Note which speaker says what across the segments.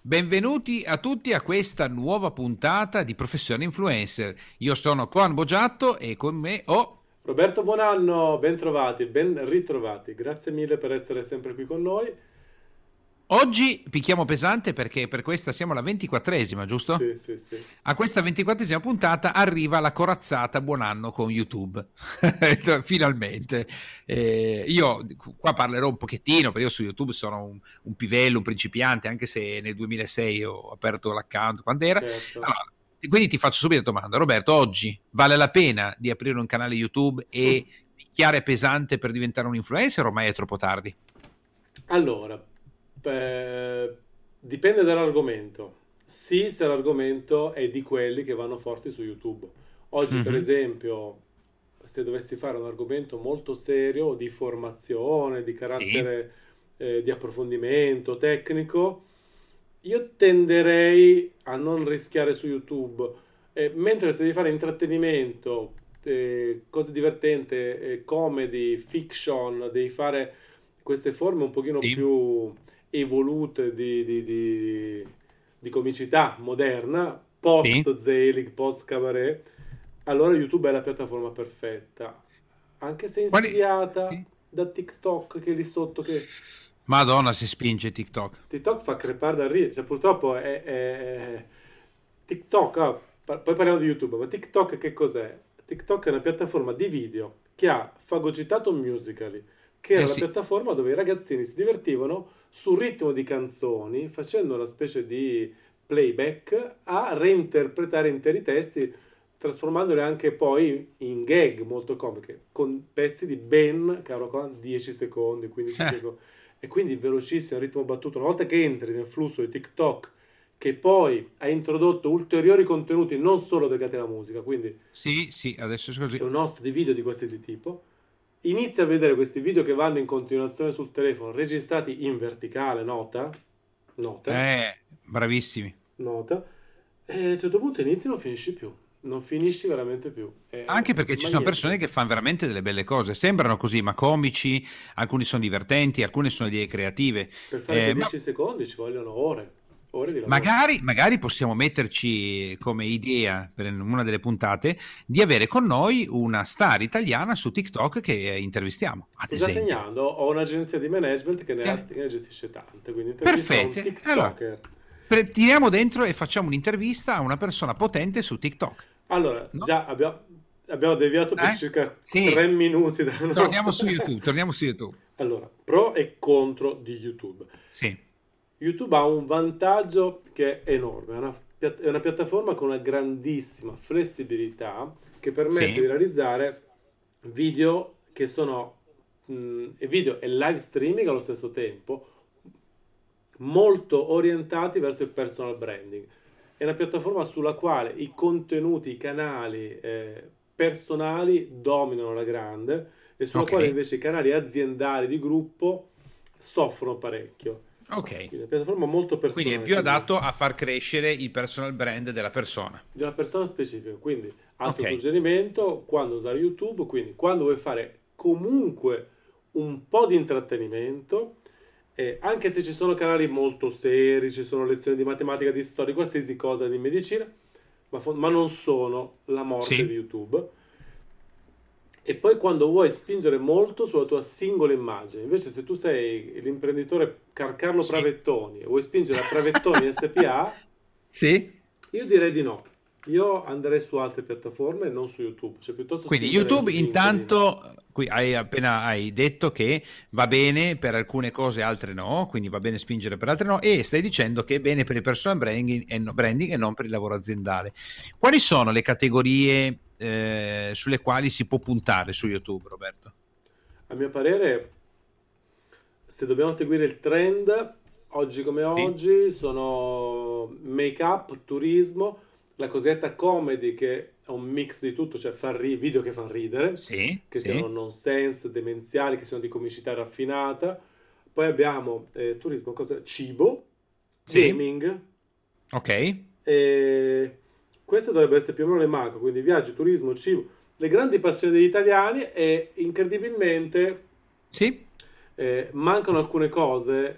Speaker 1: Benvenuti a tutti a questa nuova puntata di Professione Influencer. Io sono Coan Bogiatto e con me ho...
Speaker 2: Roberto Buonanno, ben trovati, ben ritrovati. Grazie mille per essere sempre qui con noi.
Speaker 1: Oggi picchiamo pesante perché per questa siamo alla 24esima, giusto?
Speaker 2: Sì, sì, sì.
Speaker 1: A questa 24esima puntata arriva la corazzata buon anno con YouTube. Finalmente. Io qua parlerò un pochettino, perché io su YouTube sono un pivello, un principiante, anche se nel 2006 ho aperto l'account, quando era.
Speaker 2: Certo.
Speaker 1: Allora, quindi ti faccio subito la domanda. Roberto, oggi vale la pena di aprire un canale YouTube e picchiare pesante per diventare un influencer o ormai è troppo tardi?
Speaker 2: Allora, eh, dipende dall'argomento. Sì, se l'argomento è di quelli che vanno forti su YouTube. Oggi, per
Speaker 1: Mhm.
Speaker 2: esempio, se dovessi fare un argomento molto serio di formazione, di
Speaker 1: Sì,
Speaker 2: carattere, di approfondimento tecnico, io tenderei a non rischiare su YouTube. Mentre se devi fare intrattenimento, cose divertenti, comedy, fiction, devi fare queste forme un pochino
Speaker 1: sì.
Speaker 2: più evolute di comicità moderna,
Speaker 1: Sì.
Speaker 2: post Zelig, post cabaret, allora YouTube è la piattaforma perfetta. Anche se
Speaker 1: Quali...
Speaker 2: insidiata
Speaker 1: Sì.
Speaker 2: da TikTok che è lì sotto che
Speaker 1: Madonna, si spinge TikTok.
Speaker 2: TikTok fa crepare da ridere, cioè purtroppo TikTok, poi parliamo di YouTube, ma TikTok che cos'è? TikTok è una piattaforma di video che ha fagocitato Musical.ly, che era
Speaker 1: Eh
Speaker 2: la
Speaker 1: sì.
Speaker 2: piattaforma dove i ragazzini si divertivano sul ritmo di canzoni, facendo una specie di playback a reinterpretare interi testi, trasformandoli anche poi in gag molto comiche, con pezzi di ben, caro qua, 10 secondi, 15
Speaker 1: Eh,
Speaker 2: secondi. E quindi velocissimo, ritmo battuto. Una volta che entri nel flusso di TikTok, che poi ha introdotto ulteriori contenuti non solo legati alla musica, quindi
Speaker 1: sì, sì, adesso è
Speaker 2: è
Speaker 1: così.
Speaker 2: un host di video di qualsiasi tipo, inizia a vedere questi video che vanno in continuazione sul telefono, registrati in verticale, nota, nota,
Speaker 1: Bravissimi.
Speaker 2: nota, e a un certo punto inizi e non finisci più. Non finisci veramente più. È
Speaker 1: Anche perché ci sono persone
Speaker 2: magnetico.
Speaker 1: che fanno veramente delle belle cose. Sembrano così, ma comici, alcuni sono divertenti, alcune sono idee creative.
Speaker 2: Per fare quei
Speaker 1: Ma
Speaker 2: 10 secondi ci vogliono ore, ore di lavoro.
Speaker 1: magari possiamo metterci come idea per una delle puntate di avere con noi una star italiana su TikTok che intervistiamo, ad
Speaker 2: Sto già
Speaker 1: esempio.
Speaker 2: segnando, ho un'agenzia di management
Speaker 1: Eh,
Speaker 2: che ne gestisce tante, quindi intervisterò un
Speaker 1: Perfetto. Allora,
Speaker 2: TikToker.
Speaker 1: tiriamo dentro e facciamo un'intervista a una persona potente su TikTok.
Speaker 2: Allora,
Speaker 1: No?
Speaker 2: già abbiamo deviato per
Speaker 1: Eh?
Speaker 2: circa
Speaker 1: Sì,
Speaker 2: 3 minuti dal
Speaker 1: torniamo
Speaker 2: nostro...
Speaker 1: su YouTube, torniamo su YouTube.
Speaker 2: Allora, pro e contro di YouTube.
Speaker 1: Sì,
Speaker 2: YouTube ha un vantaggio che è enorme, è una piattaforma con una grandissima flessibilità che permette
Speaker 1: sì,
Speaker 2: di realizzare video che sono video e live streaming allo stesso tempo, molto orientati verso il personal branding. È una piattaforma sulla quale i contenuti, i canali personali dominano la grande e sulla
Speaker 1: ok,
Speaker 2: quale invece i canali aziendali di gruppo soffrono parecchio.
Speaker 1: ok.
Speaker 2: Quindi è una piattaforma molto
Speaker 1: Quindi è
Speaker 2: personale,
Speaker 1: più
Speaker 2: quindi
Speaker 1: adatto a far crescere il personal brand della persona.
Speaker 2: di una persona specifica. Quindi, altro
Speaker 1: Ok,
Speaker 2: suggerimento, quando usare YouTube, quindi quando vuoi fare comunque un po' di intrattenimento, anche se ci sono canali molto seri, ci sono lezioni di matematica, di storia, qualsiasi cosa di medicina, ma non sono la morte di
Speaker 1: sì,
Speaker 2: YouTube. E poi quando vuoi spingere molto sulla tua singola immagine, invece se tu sei l'imprenditore Carlo
Speaker 1: sì.
Speaker 2: Pravettoni e vuoi spingere a Pravettoni SPA,
Speaker 1: Sì?
Speaker 2: io direi di no. Io andrei su altre piattaforme e non su YouTube, cioè piuttosto
Speaker 1: Quindi
Speaker 2: spingerei su
Speaker 1: YouTube
Speaker 2: LinkedIn.
Speaker 1: intanto, qui hai appena hai detto che va bene per alcune cose, altre no, quindi va bene spingere per altre no, e stai dicendo che è bene per il personal branding e non per il lavoro aziendale. Quali sono le categorie sulle quali si può puntare su YouTube, Roberto?
Speaker 2: A mio parere, se dobbiamo seguire il trend, oggi come
Speaker 1: Sì,
Speaker 2: oggi, sono make-up, turismo, la cosiddetta comedy che è un mix di tutto, cioè video che fanno ridere,
Speaker 1: sì,
Speaker 2: che siano
Speaker 1: sì,
Speaker 2: nonsense, demenziali, che siano di comicità raffinata. Poi abbiamo turismo, cibo,
Speaker 1: sì,
Speaker 2: gaming,
Speaker 1: ok,
Speaker 2: e queste dovrebbero essere più o meno le macro, quindi viaggi, turismo, cibo, le grandi passioni degli italiani e incredibilmente
Speaker 1: sì,
Speaker 2: mancano alcune cose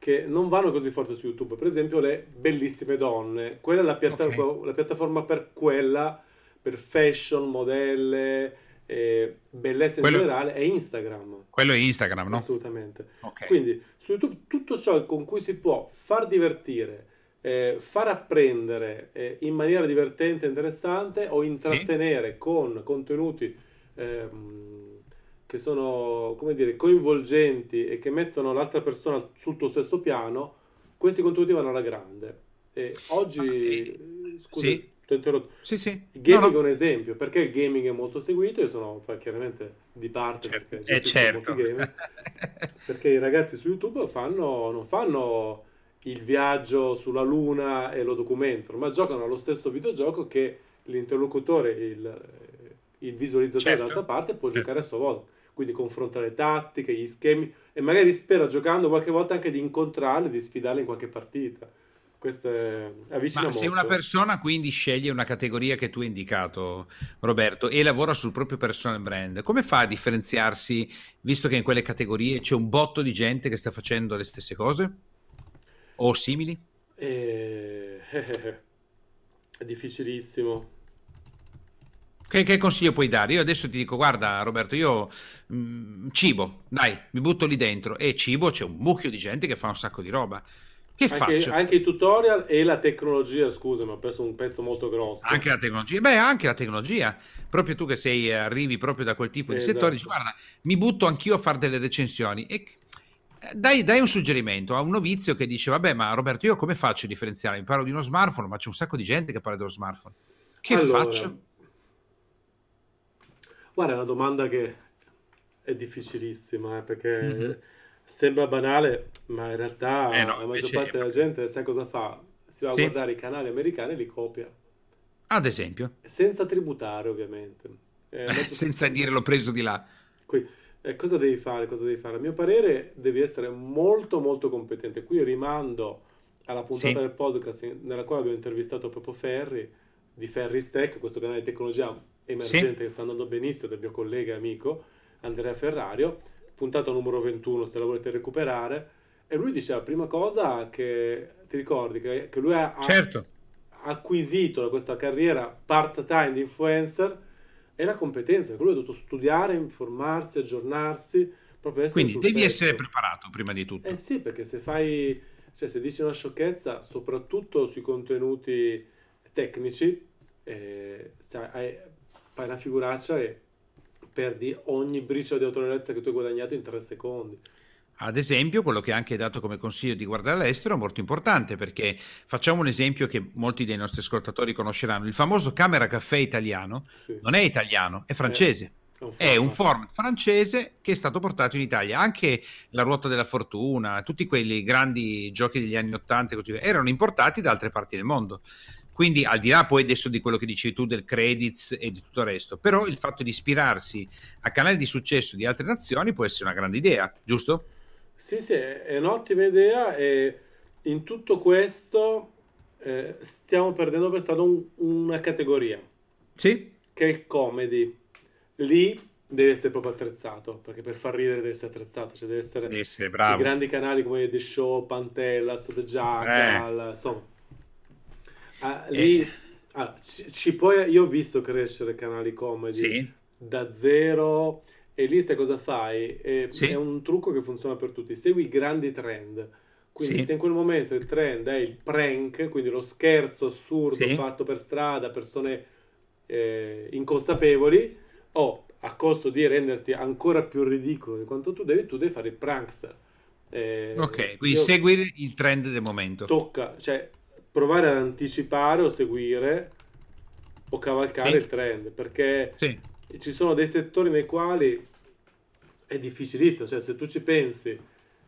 Speaker 2: che non vanno così forte su YouTube. Per esempio le bellissime donne, quella è
Speaker 1: Ok.
Speaker 2: la piattaforma per quella, per fashion, modelle, bellezza in
Speaker 1: Quello,
Speaker 2: generale, è Instagram.
Speaker 1: quello è Instagram, no?
Speaker 2: Assolutamente.
Speaker 1: Ok.
Speaker 2: Quindi su YouTube tutto ciò con cui si può far divertire, far apprendere in maniera divertente e interessante o
Speaker 1: Sì.
Speaker 2: intrattenere con contenuti che sono, come dire, coinvolgenti e che mettono l'altra persona sul tuo stesso piano, questi contenuti vanno alla grande. E
Speaker 1: Ma,
Speaker 2: oggi, scusa,
Speaker 1: sì.
Speaker 2: ti ho interrotto.
Speaker 1: Sì, sì.
Speaker 2: Il
Speaker 1: No,
Speaker 2: gaming è un
Speaker 1: no.
Speaker 2: esempio, perché il gaming è molto seguito, io sono poi chiaramente di parte
Speaker 1: Certo.
Speaker 2: perché gestisco molti
Speaker 1: Certo.
Speaker 2: gamer, perché i ragazzi su YouTube non fanno il viaggio sulla luna e lo documentano, ma giocano allo stesso videogioco che l'interlocutore, il visualizzatore
Speaker 1: Certo.
Speaker 2: dall'altra parte può giocare
Speaker 1: Certo.
Speaker 2: a sua volta. Quindi confronta le tattiche, gli schemi e magari spera giocando qualche volta anche di incontrarli, di sfidarli in qualche partita. Questo avvicina
Speaker 1: Ma se una
Speaker 2: molto.
Speaker 1: persona quindi sceglie una categoria che tu hai indicato, Roberto, e lavora sul proprio personal brand, come fa a differenziarsi, visto che in quelle categorie c'è un botto di gente che sta facendo le stesse cose o simili?
Speaker 2: E... È difficilissimo.
Speaker 1: Che consiglio puoi dare? Io adesso ti dico, guarda Roberto, io cibo, dai, mi butto lì dentro e cibo c'è un mucchio di gente che fa un sacco di roba. Che
Speaker 2: Anche,
Speaker 1: faccio?
Speaker 2: anche i tutorial e la tecnologia, scusa, mi ha preso un pezzo molto grosso.
Speaker 1: Anche la tecnologia, beh, anche la tecnologia. Proprio tu che sei, arrivi proprio da quel tipo di settore, dici,
Speaker 2: Esatto.
Speaker 1: guarda, mi butto anch'io a fare delle recensioni. E dai un suggerimento a un novizio che dice, vabbè, ma Roberto, io come faccio a differenziare? Mi parlo di uno smartphone, ma c'è un sacco di gente che parla dello smartphone. Che
Speaker 2: Allora,
Speaker 1: faccio?
Speaker 2: guarda, è una domanda che è difficilissima,
Speaker 1: Mhm.
Speaker 2: perché sembra banale, ma in
Speaker 1: No,
Speaker 2: realtà la maggior
Speaker 1: invece è
Speaker 2: parte della
Speaker 1: proprio...
Speaker 2: gente sa cosa fa? Si va a
Speaker 1: Sì,
Speaker 2: guardare i canali americani e li copia,
Speaker 1: ad esempio,
Speaker 2: senza tributare ovviamente. La maggior-
Speaker 1: senza dire l'ho preso di là.
Speaker 2: Qui, cosa devi fare? Cosa devi fare? A mio parere devi essere molto molto competente. Qui rimando alla puntata
Speaker 1: Sì,
Speaker 2: del podcast nella quale abbiamo intervistato proprio Ferri di Ferris Tech, questo canale di tecnologia
Speaker 1: sì,
Speaker 2: emergente che sta andando benissimo, del mio collega e amico Andrea Ferrario, puntata numero 21 se la volete recuperare. E lui diceva, prima cosa che ti ricordi che lui ha
Speaker 1: certo.
Speaker 2: acquisito da questa carriera part-time di influencer è la competenza, quello ha dovuto studiare, informarsi, aggiornarsi, proprio essere
Speaker 1: Quindi
Speaker 2: sul
Speaker 1: devi essere
Speaker 2: pezzo.
Speaker 1: preparato prima di
Speaker 2: Eh
Speaker 1: tutto.
Speaker 2: sì, perché se fai, cioè se dici una sciocchezza, soprattutto sui contenuti tecnici, fai una figuraccia e perdi ogni briciola di autorevolezza che tu hai guadagnato in 3 secondi.
Speaker 1: Ad esempio, quello che hai anche dato come consiglio di guardare all'estero è molto importante perché facciamo un esempio che molti dei nostri ascoltatori conosceranno. Il famoso Camera Caffè italiano
Speaker 2: Sì,
Speaker 1: non è italiano, è
Speaker 2: è,
Speaker 1: francese.
Speaker 2: è un
Speaker 1: È un
Speaker 2: format.
Speaker 1: format francese che è stato portato in Italia. Anche la Ruota della Fortuna, tutti quelli grandi giochi degli anni Ottanta e così via, erano importati da altre parti del mondo. Quindi, al di là poi adesso di quello che dicevi tu del credits e di tutto il resto, però il fatto di ispirarsi a canali di successo di altre nazioni può essere una grande idea, giusto?
Speaker 2: Sì, sì, è un'ottima idea e in tutto questo stiamo perdendo per strada una categoria,
Speaker 1: Sì?
Speaker 2: che è il comedy. Lì deve essere proprio attrezzato, perché per far ridere deve essere attrezzato, cioè deve essere
Speaker 1: Devi essere
Speaker 2: i
Speaker 1: bravo.
Speaker 2: grandi canali come The Show, Pantellas, The
Speaker 1: Eh,
Speaker 2: Jackal, insomma.
Speaker 1: eh,
Speaker 2: Lì io ho visto crescere canali comedy
Speaker 1: sì,
Speaker 2: da zero e lì sai cosa fai? È
Speaker 1: sì,
Speaker 2: un trucco che funziona per tutti. Segui i grandi trend. Quindi se
Speaker 1: sì,
Speaker 2: in quel momento il trend è il prank, quindi lo scherzo assurdo
Speaker 1: sì,
Speaker 2: fatto per strada, persone inconsapevoli, o a costo di renderti ancora più ridicolo di quanto tu devi fare il prankster.
Speaker 1: ok, quindi
Speaker 2: Io
Speaker 1: segui il trend del momento.
Speaker 2: tocca, cioè, provare ad anticipare o seguire o cavalcare il
Speaker 1: Sì,
Speaker 2: trend, perché
Speaker 1: sì,
Speaker 2: ci sono dei settori nei quali è difficilissimo, cioè se tu ci pensi,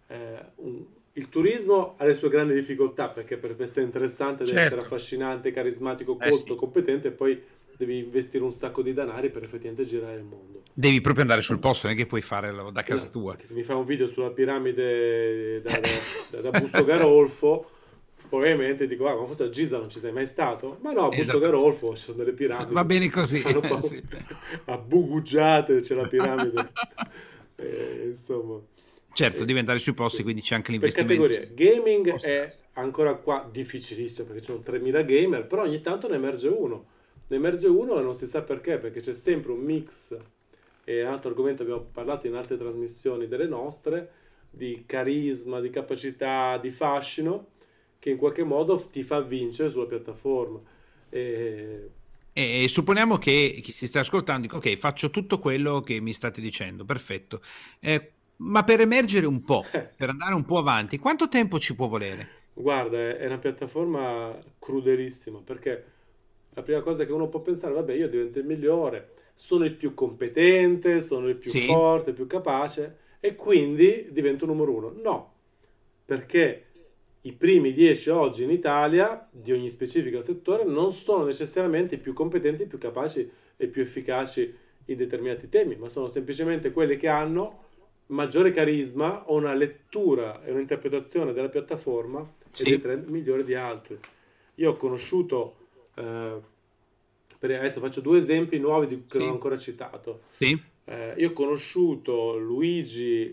Speaker 2: il turismo ha le sue grandi difficoltà, perché per essere interessante deve essere
Speaker 1: certo,
Speaker 2: affascinante, carismatico, colto,
Speaker 1: sì.
Speaker 2: competente, e poi devi investire un sacco di denari per effettivamente girare il mondo.
Speaker 1: Devi proprio andare sul posto, non è che puoi farlo da casa
Speaker 2: Esatto,
Speaker 1: tua.
Speaker 2: perché se mi fai un video sulla piramide da Busto Garolfo, probabilmente dico, ah, ma forse a Giza non ci sei mai stato? Ma no, a Busto
Speaker 1: Esatto.
Speaker 2: Garolfo ci sono delle
Speaker 1: Va
Speaker 2: piramidi,
Speaker 1: bene
Speaker 2: mi
Speaker 1: così.
Speaker 2: fanno paura.
Speaker 1: Sì.
Speaker 2: A Bugugiate c'è la piramide. Insomma.
Speaker 1: certo, devi andare sui posti, quindi c'è anche
Speaker 2: Per
Speaker 1: l'investimento.
Speaker 2: categorie, gaming
Speaker 1: Costa.
Speaker 2: è ancora qua difficilissimo perché ci sono 3000 gamer, però ogni tanto ne emerge uno. Ne emerge uno e non si sa perché c'è sempre un mix, e un altro argomento abbiamo parlato in altre trasmissioni delle nostre, di carisma, di capacità, di fascino, che in qualche modo ti fa vincere sulla piattaforma. E...
Speaker 1: E supponiamo che chi si sta ascoltando dica, ok, faccio tutto quello che mi state dicendo, perfetto. Ma per emergere un po', per andare un po' avanti, quanto tempo ci può volere?
Speaker 2: Guarda, è una piattaforma crudelissima perché la prima cosa che uno può pensare, vabbè, io divento il migliore, sono il più competente, sono il più
Speaker 1: Sì,
Speaker 2: forte, il più capace e quindi divento numero uno. No, perché i primi 10 oggi in Italia di ogni specifico settore non sono necessariamente i più competenti, i più capaci e più efficaci in determinati temi, ma sono semplicemente quelli che hanno maggiore carisma o una lettura e un'interpretazione della piattaforma e dei
Speaker 1: sì,
Speaker 2: trend migliore di altri. Io ho conosciuto, adesso faccio due esempi nuovi che non ho
Speaker 1: sì,
Speaker 2: ancora citato.
Speaker 1: sì,
Speaker 2: Io ho conosciuto Luigi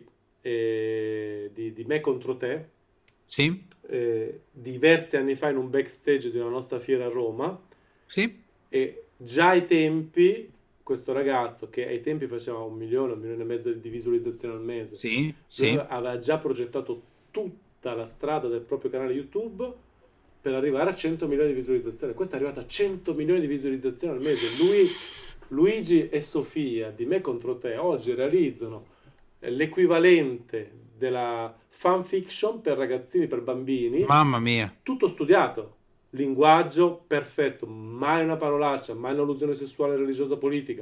Speaker 2: di Me contro te
Speaker 1: sì,
Speaker 2: diversi anni fa in un backstage di una nostra fiera a Roma
Speaker 1: sì,
Speaker 2: e già ai tempi questo ragazzo che ai tempi faceva 1 milione, 1 milione e mezzo di visualizzazioni al mese,
Speaker 1: sì,
Speaker 2: lui
Speaker 1: sì.
Speaker 2: aveva già progettato tutta la strada del proprio canale YouTube per arrivare a 100 milioni di visualizzazioni. Questo è arrivato a 100 milioni di visualizzazioni al mese. Luigi e Sofia di Me contro te oggi realizzano l'equivalente della fanfiction per ragazzini, per bambini,
Speaker 1: Mamma mia,
Speaker 2: tutto studiato, linguaggio perfetto, mai una parolaccia, mai un'allusione sessuale, religiosa, politica,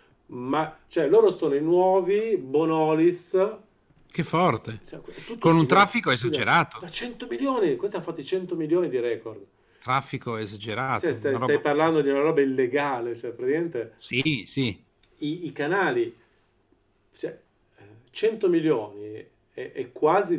Speaker 2: ma cioè loro sono i nuovi Bonolis,
Speaker 1: che forte.
Speaker 2: cioè, è tutto
Speaker 1: Con un
Speaker 2: studiato,
Speaker 1: traffico
Speaker 2: studiato.
Speaker 1: esagerato,
Speaker 2: Da 100 milioni, questi hanno fatti 100 milioni di record.
Speaker 1: traffico
Speaker 2: Cioè,
Speaker 1: esagerato,
Speaker 2: stai,
Speaker 1: una
Speaker 2: stai
Speaker 1: roba...
Speaker 2: parlando di una roba illegale, cioè praticamente
Speaker 1: Sì, sì,
Speaker 2: i canali, cioè, 100 milioni è quasi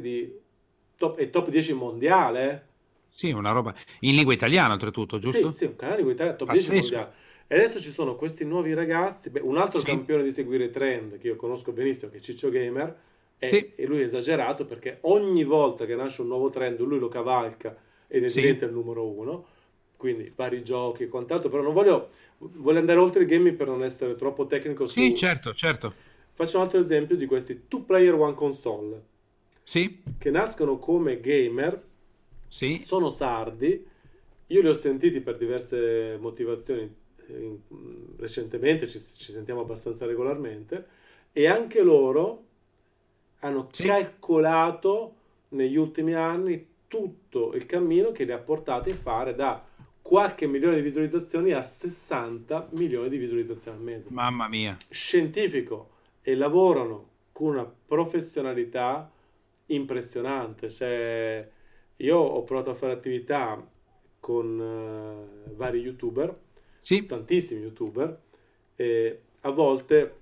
Speaker 2: è top 10 mondiale, eh?
Speaker 1: sì, una roba... In lingua italiana, oltretutto,
Speaker 2: Sì,
Speaker 1: giusto?
Speaker 2: sì, un canale di Italia top 10
Speaker 1: Pazzesco.
Speaker 2: mondiale. E adesso ci sono questi nuovi ragazzi, beh, un altro
Speaker 1: Sì,
Speaker 2: campione di seguire i trend che io conosco benissimo, che è Ciccio Gamer,
Speaker 1: sì,
Speaker 2: e lui è esagerato perché ogni volta che nasce un nuovo trend lui lo cavalca e ne
Speaker 1: sì,
Speaker 2: diventa il numero uno, quindi vari giochi e quant'altro, però non voglio andare oltre il gaming per non essere troppo tecnico
Speaker 1: sì,
Speaker 2: su...
Speaker 1: certo, certo.
Speaker 2: Faccio un altro esempio di questi two player one console,
Speaker 1: Sì,
Speaker 2: che nascono come gamer,
Speaker 1: sì,
Speaker 2: sono sardi, io li ho sentiti per diverse motivazioni recentemente, ci sentiamo abbastanza regolarmente, e anche loro hanno
Speaker 1: sì.
Speaker 2: calcolato negli ultimi anni tutto il cammino che li ha portati a fare da qualche milione di visualizzazioni a 60 milioni di visualizzazioni al mese.
Speaker 1: Mamma mia.
Speaker 2: Scientifico, e lavorano con una professionalità impressionante. Cioè, io ho provato a fare attività con vari youtuber,
Speaker 1: Sì,
Speaker 2: tantissimi youtuber, e a volte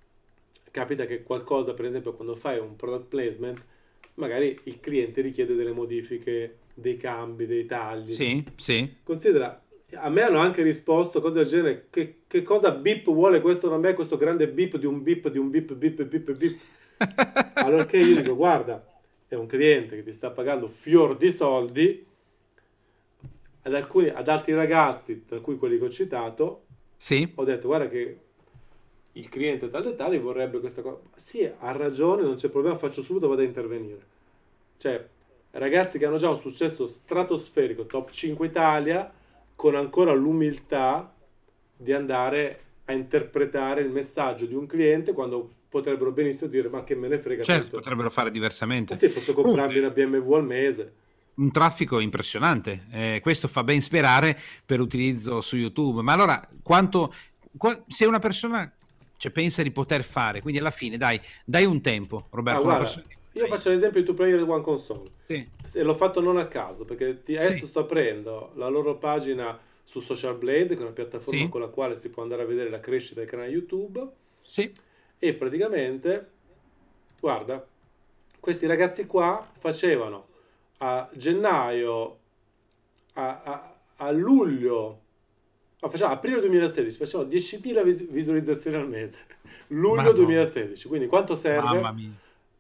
Speaker 2: capita che qualcosa, per esempio, quando fai un product placement, magari il cliente richiede delle modifiche, dei cambi, dei tagli.
Speaker 1: sì, sì.
Speaker 2: Considera, a me hanno anche risposto cose del genere, che cosa beep vuole questo da me, questo grande beep di un beep, di un beep, beep, beep, beep. Allora che io dico, guarda, è un cliente che ti sta pagando fior di soldi, ad altri ragazzi, tra cui quelli che ho citato,
Speaker 1: Sì,
Speaker 2: ho detto, guarda che il cliente tal dettaglio vorrebbe questa cosa. Sì, ha ragione, non c'è problema, faccio subito, vado a intervenire. Cioè, ragazzi che hanno già un successo stratosferico, top 5 Italia, con ancora l'umiltà di andare a interpretare il messaggio di un cliente quando potrebbero benissimo dire ma che me ne frega
Speaker 1: certo,
Speaker 2: tanto.
Speaker 1: potrebbero fare
Speaker 2: Ma
Speaker 1: diversamente.
Speaker 2: sì, posso comprarmi
Speaker 1: Comunque,
Speaker 2: una BMW al mese.
Speaker 1: un traffico impressionante. Questo fa ben sperare per utilizzo su YouTube. Ma allora, se una persona pensa di poter fare, quindi alla fine, dai un tempo,
Speaker 2: Ah,
Speaker 1: Roberto, una
Speaker 2: guarda,
Speaker 1: persona che
Speaker 2: io
Speaker 1: dai,
Speaker 2: faccio l'esempio di Two Player One Console.
Speaker 1: sì,
Speaker 2: E l'ho fatto non a caso, perché adesso
Speaker 1: sì,
Speaker 2: sto aprendo la loro pagina su Social Blade, che è una piattaforma
Speaker 1: sì,
Speaker 2: con la quale si può andare a vedere la crescita del canale YouTube,
Speaker 1: sì,
Speaker 2: e praticamente, guarda, questi ragazzi qua facevano a gennaio, a luglio, facevano aprile 2016, facevano 10.000 visualizzazioni al mese, luglio
Speaker 1: Madonna,
Speaker 2: 2016, quindi quanto
Speaker 1: mamma
Speaker 2: serve?
Speaker 1: mia.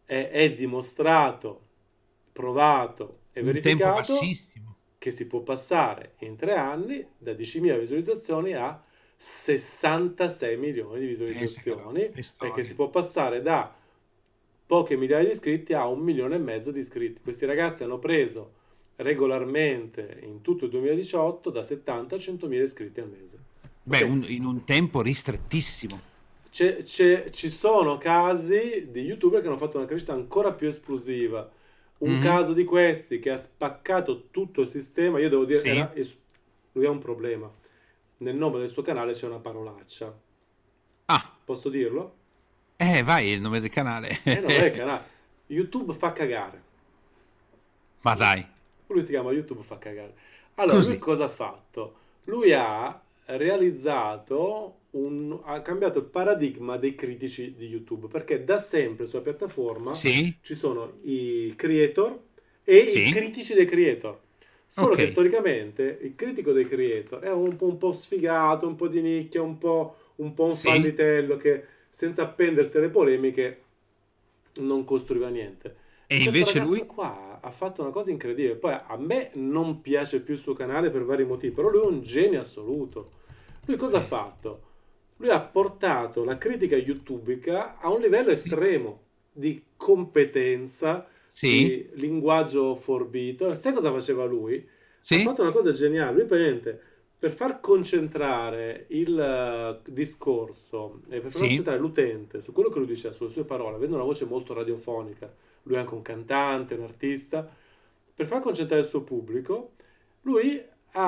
Speaker 2: è dimostrato, provato e
Speaker 1: Un tempo
Speaker 2: verificato
Speaker 1: bassissimo.
Speaker 2: che si può passare in 3 anni da 10.000 visualizzazioni a 66 milioni di
Speaker 1: Pensa
Speaker 2: visualizzazioni
Speaker 1: che
Speaker 2: e che si
Speaker 1: storia.
Speaker 2: può passare da poche migliaia di iscritti a 1,5 milioni di iscritti. Questi ragazzi hanno preso regolarmente in tutto il 2018 da 70 a 100.000 iscritti al mese.
Speaker 1: Beh,
Speaker 2: Ok?
Speaker 1: in un tempo ristrettissimo.
Speaker 2: Ci sono casi di YouTuber che hanno fatto una crescita ancora più esplosiva. Un
Speaker 1: Mhm.
Speaker 2: caso di questi che ha spaccato tutto il sistema, io devo dire,
Speaker 1: Sì.
Speaker 2: lui ha un problema. Nel nome del suo canale c'è una parolaccia.
Speaker 1: Ah,
Speaker 2: Posso dirlo?
Speaker 1: vai, è il nome del canale.
Speaker 2: Non è canale. YouTube fa cagare.
Speaker 1: Ma dai,
Speaker 2: Lui si chiama YouTube fa cagare. Allora, lui
Speaker 1: così.
Speaker 2: cosa ha fatto? Lui ha realizzato ha cambiato il paradigma dei critici di YouTube, perché da sempre sulla piattaforma
Speaker 1: Sì,
Speaker 2: ci sono i creator e i
Speaker 1: sì,
Speaker 2: critici dei creator. Solo
Speaker 1: ok.
Speaker 2: che storicamente il critico dei creator è un po' sfigato, un po' di nicchia, un po' un
Speaker 1: Sì.
Speaker 2: fallitello che senza appendersi alle polemiche non costruiva niente.
Speaker 1: E
Speaker 2: E questo
Speaker 1: invece
Speaker 2: ragazzo
Speaker 1: lui?
Speaker 2: qua ha fatto una cosa incredibile. Poi a me non piace più il suo canale per vari motivi, però lui è un genio assoluto. Lui cosa ha
Speaker 1: Eh,
Speaker 2: fatto? Lui ha portato la critica youtubica a un livello
Speaker 1: sì,
Speaker 2: estremo di competenza,
Speaker 1: sì,
Speaker 2: di linguaggio forbito. Sai cosa faceva lui? Ha
Speaker 1: sì,
Speaker 2: fatto una cosa geniale. Lui praticamente per far concentrare il discorso e per far
Speaker 1: sì,
Speaker 2: concentrare l'utente su quello che lui diceva, sulle sue parole, avendo una voce molto radiofonica, lui è anche un cantante, un artista, per far concentrare il suo pubblico, lui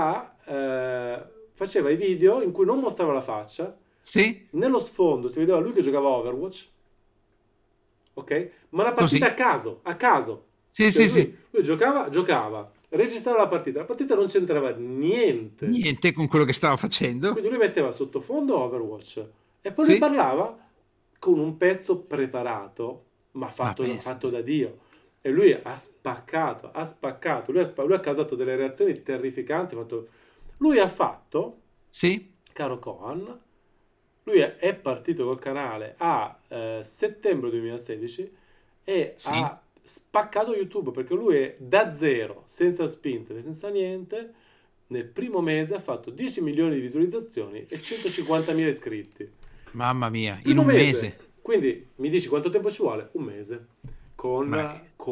Speaker 2: faceva i video in cui non mostrava la faccia,
Speaker 1: sì,
Speaker 2: nello sfondo si vedeva lui che giocava a Overwatch, ok? Ma la partita
Speaker 1: così.
Speaker 2: a caso, a caso.
Speaker 1: Sì,
Speaker 2: Cioè
Speaker 1: sì,
Speaker 2: lui,
Speaker 1: sì.
Speaker 2: lui giocava, registrava la partita non c'entrava niente.
Speaker 1: Niente con quello che stava facendo.
Speaker 2: Quindi lui metteva sottofondo Overwatch e poi lui
Speaker 1: Sì,
Speaker 2: parlava con un pezzo preparato, ma
Speaker 1: ma
Speaker 2: fatto
Speaker 1: pensate.
Speaker 2: da Dio. E lui ha spaccato, ha spaccato. Lui ha causato delle reazioni terrificanti. Lui ha fatto,
Speaker 1: Sì,
Speaker 2: caro Cohan, lui è partito col canale a settembre 2016 e
Speaker 1: sì.
Speaker 2: ha spaccato YouTube perché lui è da zero, senza spinte, senza niente. Nel primo mese ha fatto 10 milioni di visualizzazioni e 150.000 iscritti.
Speaker 1: Mamma mia, in
Speaker 2: Primo
Speaker 1: un mese.
Speaker 2: mese. Quindi mi dici quanto tempo ci vuole? Un mese.
Speaker 1: Ma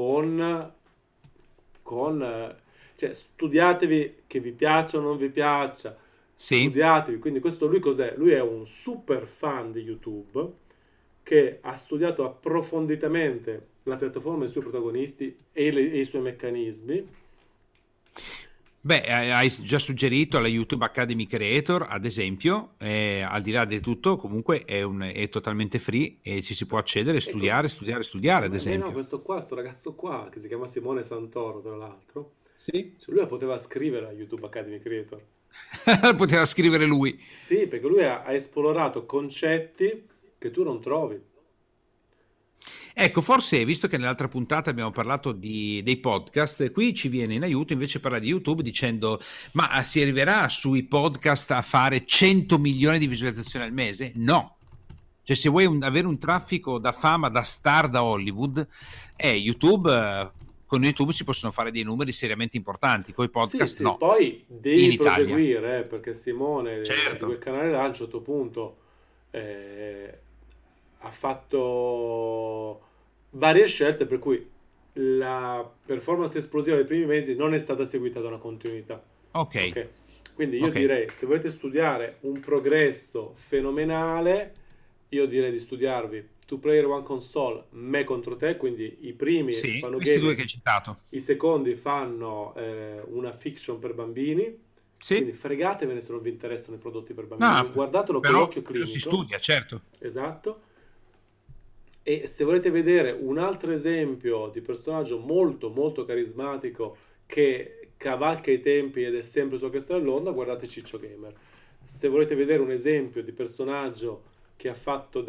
Speaker 2: Con cioè, studiatevi che vi piaccia o non vi piaccia.
Speaker 1: sì.
Speaker 2: Studiatevi. Quindi questo lui cos'è? Lui è un super fan di YouTube che ha studiato approfonditamente la piattaforma e i suoi protagonisti e i suoi meccanismi.
Speaker 1: Beh, hai già suggerito alla YouTube Academy Creator, ad esempio, al di là di tutto, comunque è totalmente free e ci si può accedere,
Speaker 2: E cos-
Speaker 1: studiare, studiare, studiare, ad
Speaker 2: Beh, no,
Speaker 1: esempio.
Speaker 2: questo ragazzo qua, che si chiama Simone Santoro, tra l'altro,
Speaker 1: Sì.
Speaker 2: cioè lui la poteva scrivere a YouTube Academy Creator.
Speaker 1: Poteva scrivere lui.
Speaker 2: Sì, perché lui ha esplorato concetti che tu non trovi.
Speaker 1: Ecco, forse visto che nell'altra puntata abbiamo parlato dei podcast, qui ci viene in aiuto invece parlare di YouTube dicendo: ma si arriverà sui podcast a fare 100 milioni di visualizzazioni al mese? No. Cioè, se vuoi avere un traffico da fama, da star da Hollywood, YouTube, con YouTube si possono fare dei numeri seriamente importanti, con i
Speaker 2: Sì,
Speaker 1: podcast
Speaker 2: sì,
Speaker 1: no,
Speaker 2: poi
Speaker 1: in
Speaker 2: devi
Speaker 1: Italia.
Speaker 2: proseguire, perché Simone di
Speaker 1: Certo.
Speaker 2: quel canale là a un certo punto eh, ha fatto varie scelte per cui la performance esplosiva dei primi mesi non è stata seguita da una continuità.
Speaker 1: Ok,
Speaker 2: Ok? Quindi io
Speaker 1: ok.
Speaker 2: direi, se volete studiare un progresso fenomenale, io direi di studiarvi Two Player One Console, me contro te, quindi i primi
Speaker 1: Sì,
Speaker 2: fanno
Speaker 1: questi due
Speaker 2: gaming,
Speaker 1: che hai citato.
Speaker 2: i secondi fanno una fiction per bambini, quindi
Speaker 1: Sì.
Speaker 2: fregatevene se non vi interessano i prodotti per bambini,
Speaker 1: No,
Speaker 2: guardatelo con l'occhio
Speaker 1: però si
Speaker 2: clinico,
Speaker 1: studia, certo.
Speaker 2: esatto. E se volete vedere un altro esempio di personaggio molto molto carismatico che cavalca i tempi ed è sempre sulla cresta dell'onda, guardate Ciccio Gamer. Se volete vedere un esempio di personaggio che ha fatto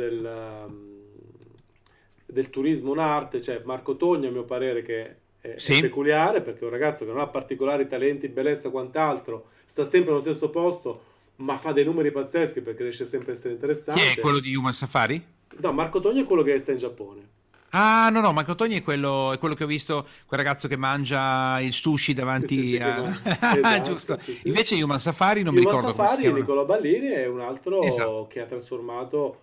Speaker 2: del turismo un'arte, cioè Marco Togni, a mio parere, che è
Speaker 1: Sì.
Speaker 2: peculiare perché è un ragazzo che non ha particolari talenti, bellezza o quant'altro, sta sempre allo stesso posto, ma fa dei numeri pazzeschi perché riesce sempre a essere
Speaker 1: Chi è
Speaker 2: interessante.
Speaker 1: quello di Human Safari?
Speaker 2: No, Marco Togni è quello che sta in Giappone.
Speaker 1: Ah, no, Marco Togni è quello che ho visto, quel ragazzo che mangia il sushi
Speaker 2: Sì, sì,
Speaker 1: davanti
Speaker 2: sì,
Speaker 1: a...
Speaker 2: esatto,
Speaker 1: Giusto.
Speaker 2: sì, sì.
Speaker 1: Invece Human Safari non mi
Speaker 2: Yuma
Speaker 1: ricordo come si
Speaker 2: Safari,
Speaker 1: chiamano.
Speaker 2: Nicola Ballini è un
Speaker 1: Esatto.
Speaker 2: altro che ha trasformato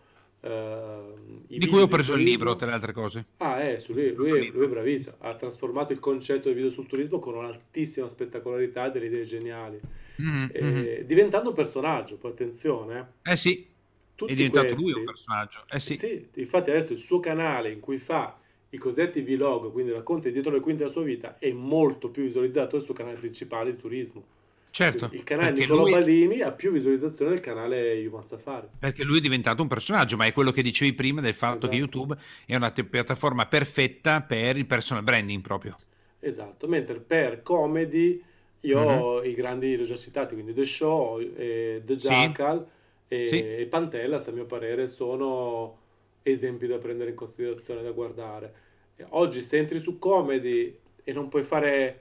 Speaker 2: i
Speaker 1: Di cui
Speaker 2: video
Speaker 1: ho
Speaker 2: di
Speaker 1: preso il libro, tra
Speaker 2: turismo.
Speaker 1: le altre cose.
Speaker 2: Ah, su
Speaker 1: Ho preso il
Speaker 2: lui è
Speaker 1: libro.
Speaker 2: bravissimo. Ha trasformato il concetto di video sul turismo con un'altissima spettacolarità e delle idee geniali.
Speaker 1: Mhm, mhm.
Speaker 2: Diventando un personaggio, poi attenzione,
Speaker 1: Eh sì, è
Speaker 2: tutti
Speaker 1: diventato lui un
Speaker 2: questi,
Speaker 1: personaggio. Eh sì,
Speaker 2: sì, infatti adesso il suo canale in cui fa i cosiddetti vlog, quindi racconta dietro le quinte della sua vita, è molto più visualizzato del suo canale principale di turismo. Quindi
Speaker 1: certo,
Speaker 2: il canale Nicolò
Speaker 1: lui
Speaker 2: Ballini ha più visualizzazioni del canale Human Safari.
Speaker 1: perché lui è diventato un personaggio, ma è quello che dicevi prima del fatto che
Speaker 2: Esatto,
Speaker 1: YouTube è una piattaforma perfetta per il personal branding proprio.
Speaker 2: esatto. Mentre per comedy
Speaker 1: Mhm.
Speaker 2: io i grandi li ho già citati, quindi The Show, The
Speaker 1: Sì,
Speaker 2: Jackal
Speaker 1: sì,
Speaker 2: e Pantellas, a mio parere, sono esempi da prendere in considerazione, da guardare. Oggi se entri su comedy e non puoi fare,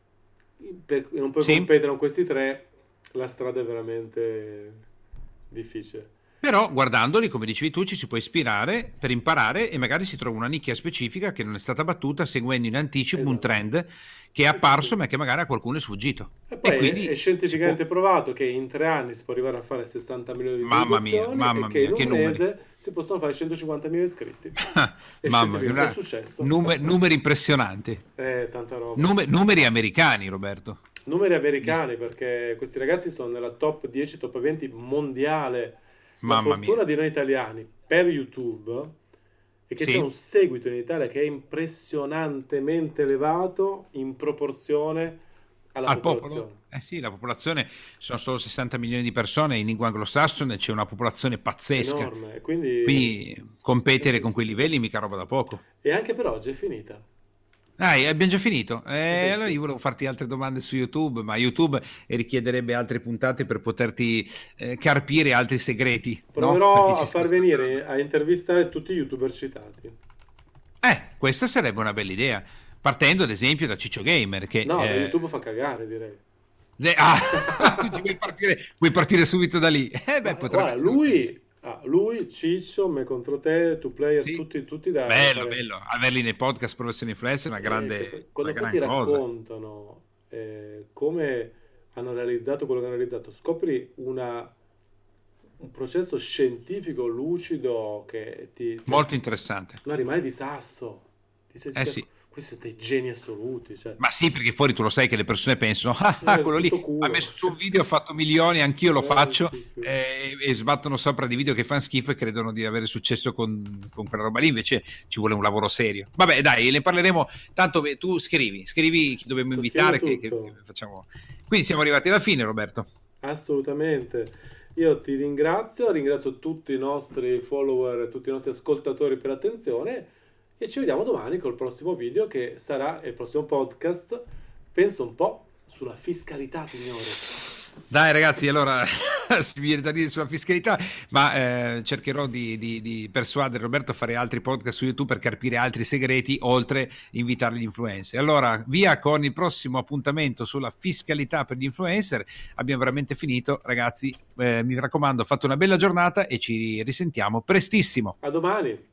Speaker 2: non puoi
Speaker 1: sì.
Speaker 2: competere con questi tre, la strada è veramente difficile.
Speaker 1: Però guardandoli, come dicevi tu, ci si può ispirare per imparare e magari si trova una nicchia specifica che non è stata battuta seguendo in anticipo un
Speaker 2: Esatto.
Speaker 1: trend che è
Speaker 2: Sì, sì, sì.
Speaker 1: apparso ma che magari a qualcuno è sfuggito.
Speaker 2: E
Speaker 1: E
Speaker 2: poi è
Speaker 1: quindi si può...
Speaker 2: scientificamente provato che in 3 anni si può arrivare a fare 60 milioni di visualizzazioni e
Speaker 1: Mamma
Speaker 2: che in
Speaker 1: mia, che
Speaker 2: un
Speaker 1: numeri.
Speaker 2: mese si possono fare 150.000 iscritti. È
Speaker 1: Mamma mia,
Speaker 2: scientificamente, è successo.
Speaker 1: numeri impressionanti.
Speaker 2: Tanta roba.
Speaker 1: Numeri americani, Roberto.
Speaker 2: Numeri americani perché questi ragazzi sono nella top 10, top 20 mondiale. La
Speaker 1: Mamma mia.
Speaker 2: fortuna di noi italiani per YouTube è che c'è un
Speaker 1: Sì,
Speaker 2: seguito in Italia che è impressionantemente elevato in proporzione alla
Speaker 1: al popolo?
Speaker 2: popolazione.
Speaker 1: Eh sì, la popolazione sono solo 60 milioni di persone, in lingua anglosassone c'è una popolazione pazzesca.
Speaker 2: Enorme. E quindi,
Speaker 1: Quindi competere
Speaker 2: sì,
Speaker 1: con
Speaker 2: sì,
Speaker 1: quei
Speaker 2: sì.
Speaker 1: livelli mica roba da poco.
Speaker 2: E anche per oggi è finita.
Speaker 1: Dai, abbiamo già finito. Allora
Speaker 2: Sì.
Speaker 1: io volevo farti altre domande su YouTube, ma YouTube richiederebbe altre puntate per poterti carpire altri segreti, no? Per chi
Speaker 2: Proverò a
Speaker 1: ci sta
Speaker 2: far
Speaker 1: ascoltando.
Speaker 2: venire a intervistare tutti i YouTuber citati.
Speaker 1: Questa sarebbe una bella idea. Partendo ad esempio da Ciccio Gamer, che...
Speaker 2: No, YouTube fa cagare, direi.
Speaker 1: tu vuoi partire subito da lì? Beh, potrebbe
Speaker 2: Guarda,
Speaker 1: essere un'idea.
Speaker 2: lui, Ciccio, me contro te, two player,
Speaker 1: Sì.
Speaker 2: tutti da
Speaker 1: Bello,
Speaker 2: fare.
Speaker 1: bello. Averli nei podcast Professione Influencer è una
Speaker 2: Quando poi
Speaker 1: gran
Speaker 2: ti
Speaker 1: cosa.
Speaker 2: raccontano come hanno realizzato quello che hanno realizzato, scopri un processo scientifico lucido che cioè,
Speaker 1: Molto interessante.
Speaker 2: no, rimane di sasso.
Speaker 1: Eh
Speaker 2: Cioè,
Speaker 1: sì.
Speaker 2: questi sono dei geni assoluti. Cioè,
Speaker 1: Ma sì, perché fuori tu lo sai che le persone pensano, ah, quello lì
Speaker 2: tutto
Speaker 1: ha
Speaker 2: culo.
Speaker 1: messo su un video, ha fatto milioni, anch'io lo faccio,
Speaker 2: Sì, sì.
Speaker 1: e sbattono sopra dei video che fanno schifo e credono di avere successo con quella roba lì, invece ci vuole un lavoro serio. Vabbè, dai, ne parleremo, tanto tu scrivi chi dobbiamo
Speaker 2: Scrivo
Speaker 1: invitare, che
Speaker 2: tutto.
Speaker 1: facciamo. Quindi siamo arrivati alla fine, Roberto.
Speaker 2: Assolutamente. Io ti ringrazio tutti i nostri follower, tutti i nostri ascoltatori per l'attenzione e ci vediamo domani col prossimo video che sarà il prossimo podcast. Penso un po' sulla fiscalità, signore.
Speaker 1: Dai ragazzi, allora si viene da dire sulla fiscalità, ma cercherò di persuadere Roberto a fare altri podcast su YouTube per carpire altri segreti, oltre invitare gli influencer. Allora, via con il prossimo appuntamento sulla fiscalità per gli influencer. Abbiamo veramente finito, ragazzi. Mi raccomando, fate una bella giornata e ci risentiamo prestissimo.
Speaker 2: A domani!